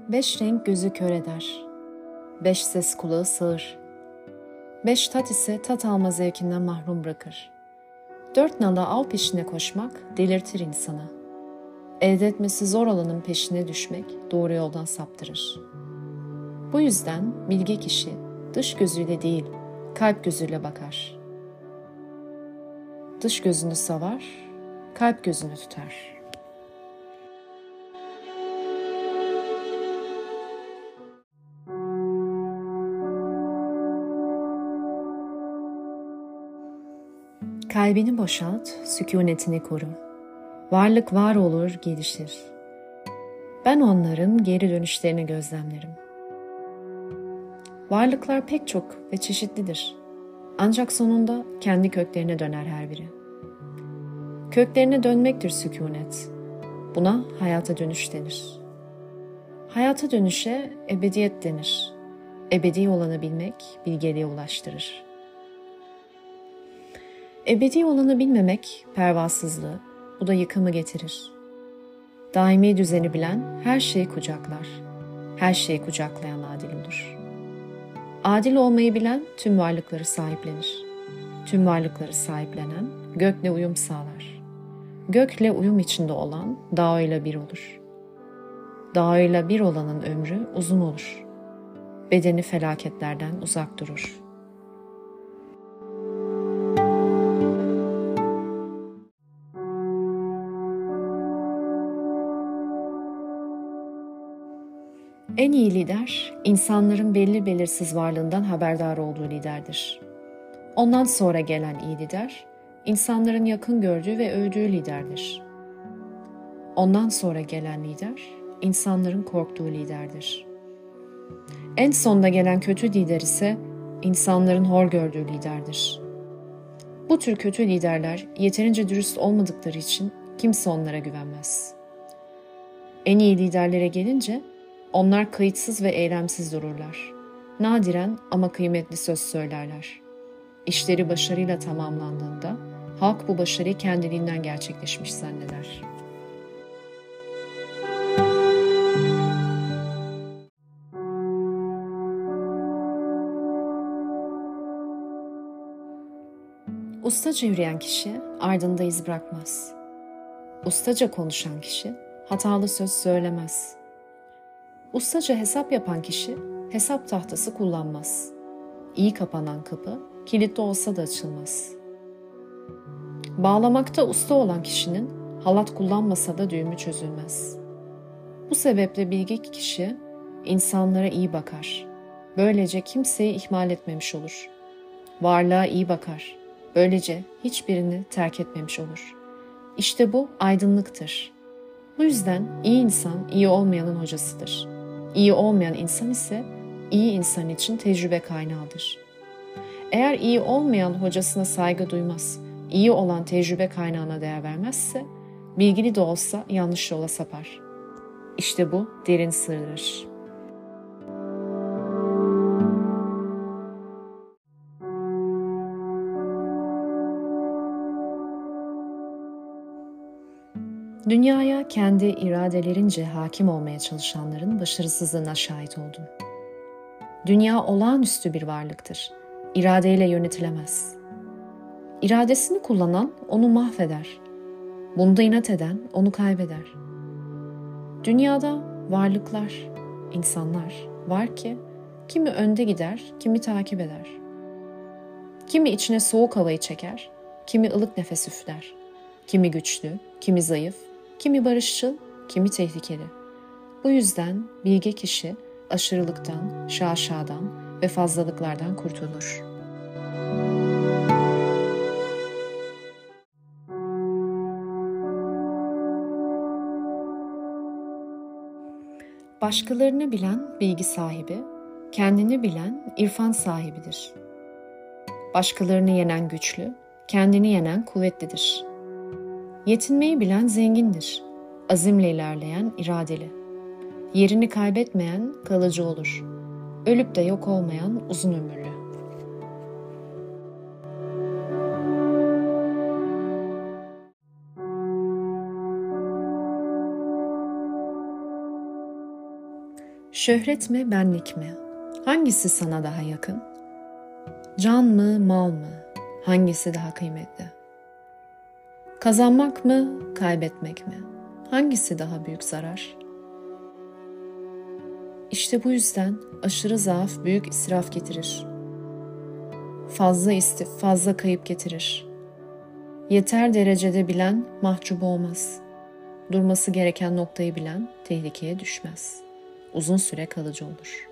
Beş renk gözü kör eder, beş ses kulağı sağır. Beş tat ise tat alma zevkinden mahrum bırakır. Dört nala av peşine koşmak delirtir insanı. Elde etmesi zor olanın peşine düşmek doğru yoldan saptırır. Bu yüzden bilge kişi dış gözüyle değil, kalp gözüyle bakar. Dış gözünü savar, kalp gözünü tutar. Kalbini boşalt, sükunetini koru. Varlık var olur, gelişir. Ben onların geri dönüşlerini gözlemlerim. Varlıklar pek çok ve çeşitlidir. Ancak sonunda kendi köklerine döner her biri. Köklerine dönmektir sükunet. Buna hayata dönüş denir. Hayata dönüşe ebediyet denir. Ebedi olanı bilmek bilgeliğe ulaştırır. Ebedi olanı bilmemek pervasızlığı, bu da yıkımı getirir. Daimi düzeni bilen her şeyi kucaklar. Her şeyi kucaklayan adil olur. Adil olmayı bilen tüm varlıkları sahiplenir. Tüm varlıkları sahiplenen gökle uyum sağlar. Gökle uyum içinde olan dağıyla bir olur. Dağıyla bir olanın ömrü uzun olur. Bedeni felaketlerden uzak durur. En iyi lider, insanların belli belirsiz varlığından haberdar olduğu liderdir. Ondan sonra gelen iyi lider, insanların yakın gördüğü ve övdüğü liderdir. Ondan sonra gelen lider, insanların korktuğu liderdir. En sonda gelen kötü lider ise, insanların hor gördüğü liderdir. Bu tür kötü liderler yeterince dürüst olmadıkları için kimse onlara güvenmez. En iyi liderlere gelince, onlar kayıtsız ve eylemsiz dururlar. Nadiren ama kıymetli söz söylerler. İşleri başarıyla tamamlandığında halk bu başarıyı kendiliğinden gerçekleşmiş zanneder. Ustaca yürüyen kişi ardında iz bırakmaz. Ustaca konuşan kişi hatalı söz söylemez. Ustaca hesap yapan kişi hesap tahtası kullanmaz. İyi kapanan kapı kilitli olsa da açılmaz. Bağlamakta usta olan kişinin halat kullanmasa da düğümü çözülmez. Bu sebeple bilge kişi insanlara iyi bakar. Böylece kimseyi ihmal etmemiş olur. Varlığa iyi bakar. Böylece hiçbirini terk etmemiş olur. İşte bu aydınlıktır. Bu yüzden iyi insan iyi olmayanın hocasıdır. İyi olmayan insan ise iyi insan için tecrübe kaynağıdır. Eğer iyi olmayan hocasına saygı duymaz, iyi olan tecrübe kaynağına değer vermezse, bilgili de olsa yanlış yola sapar. İşte bu derin sırdır. Dünyaya kendi iradelerince hakim olmaya çalışanların başarısızlığına şahit oldum. Dünya olağanüstü bir varlıktır. İradeyle yönetilemez. İradesini kullanan onu mahveder. Bunda inat eden onu kaybeder. Dünyada varlıklar, insanlar var ki kimi önde gider, kimi takip eder. Kimi içine soğuk havayı çeker, kimi ılık nefes üfler. Kimi güçlü, kimi zayıf, kimi barışçıl, kimi tehlikeli. Bu yüzden bilge kişi aşırılıktan, şaşadan ve fazlalıklardan kurtulur. Başkalarını bilen bilgi sahibi, kendini bilen irfan sahibidir. Başkalarını yenen güçlü, kendini yenen kuvvetlidir. Yetinmeyi bilen zengindir. Azimle ilerleyen iradeli. Yerini kaybetmeyen kalıcı olur. Ölüp de yok olmayan uzun ömürlü. Şöhret mi, benlik mi? Hangisi sana daha yakın? Can mı, mal mı? Hangisi daha kıymetli? Kazanmak mı, kaybetmek mi? Hangisi daha büyük zarar? İşte bu yüzden aşırı zaaf büyük israf getirir. Fazla kayıp getirir. Yeter derecede bilen mahcup olmaz. Durması gereken noktayı bilen tehlikeye düşmez. Uzun süre kalıcı olur.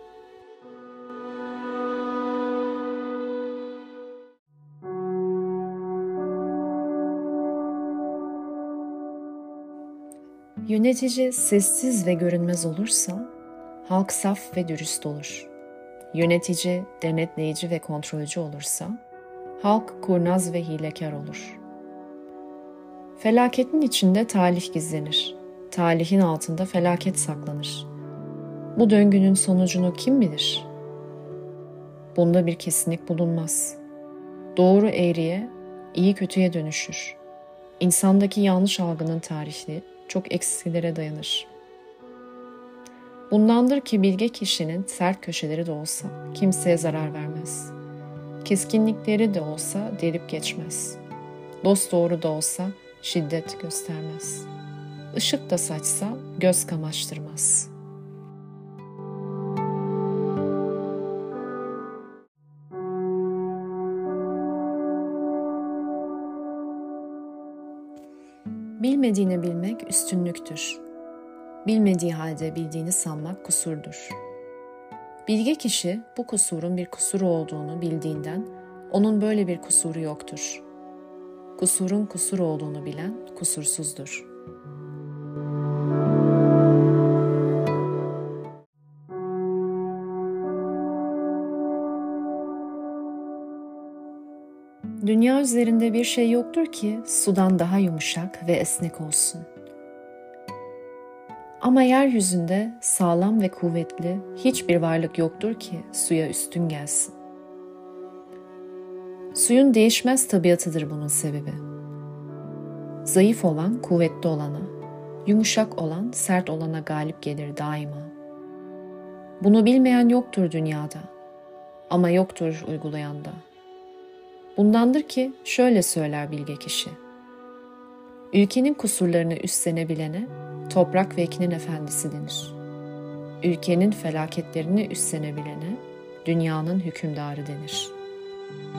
Yönetici sessiz ve görünmez olursa, halk saf ve dürüst olur. Yönetici denetleyici ve kontrolcü olursa, halk kurnaz ve hilekar olur. Felaketin içinde talih gizlenir. Talihin altında felaket saklanır. Bu döngünün sonucunu kim bilir? Bunda bir kesinlik bulunmaz. Doğru eğriye, iyi kötüye dönüşür. İnsandaki yanlış algının tarihi çok eksilere dayanır. Bundandır ki bilge kişinin sert köşeleri de olsa kimseye zarar vermez. Keskinlikleri de olsa delip geçmez. Dosdoğru da olsa şiddet göstermez. Işık da saçsa göz kamaştırmaz. Bilmediğini bilmek üstünlüktür. Bilmediği halde bildiğini sanmak kusurdur. Bilge kişi bu kusurun bir kusur olduğunu bildiğinden onun böyle bir kusuru yoktur. Kusurun kusur olduğunu bilen kusursuzdur. Dünya üzerinde bir şey yoktur ki sudan daha yumuşak ve esnek olsun. Ama yeryüzünde sağlam ve kuvvetli hiçbir varlık yoktur ki suya üstün gelsin. Suyun değişmez tabiatıdır bunun sebebi. Zayıf olan kuvvetli olana, yumuşak olan sert olana galip gelir daima. Bunu bilmeyen yoktur dünyada ama yoktur uygulayan da. Bundandır ki şöyle söyler bilge kişi. Ülkenin kusurlarını üstlenebilene toprak ve ekinin efendisi denir. Ülkenin felaketlerini üstlenebilene dünyanın hükümdarı denir.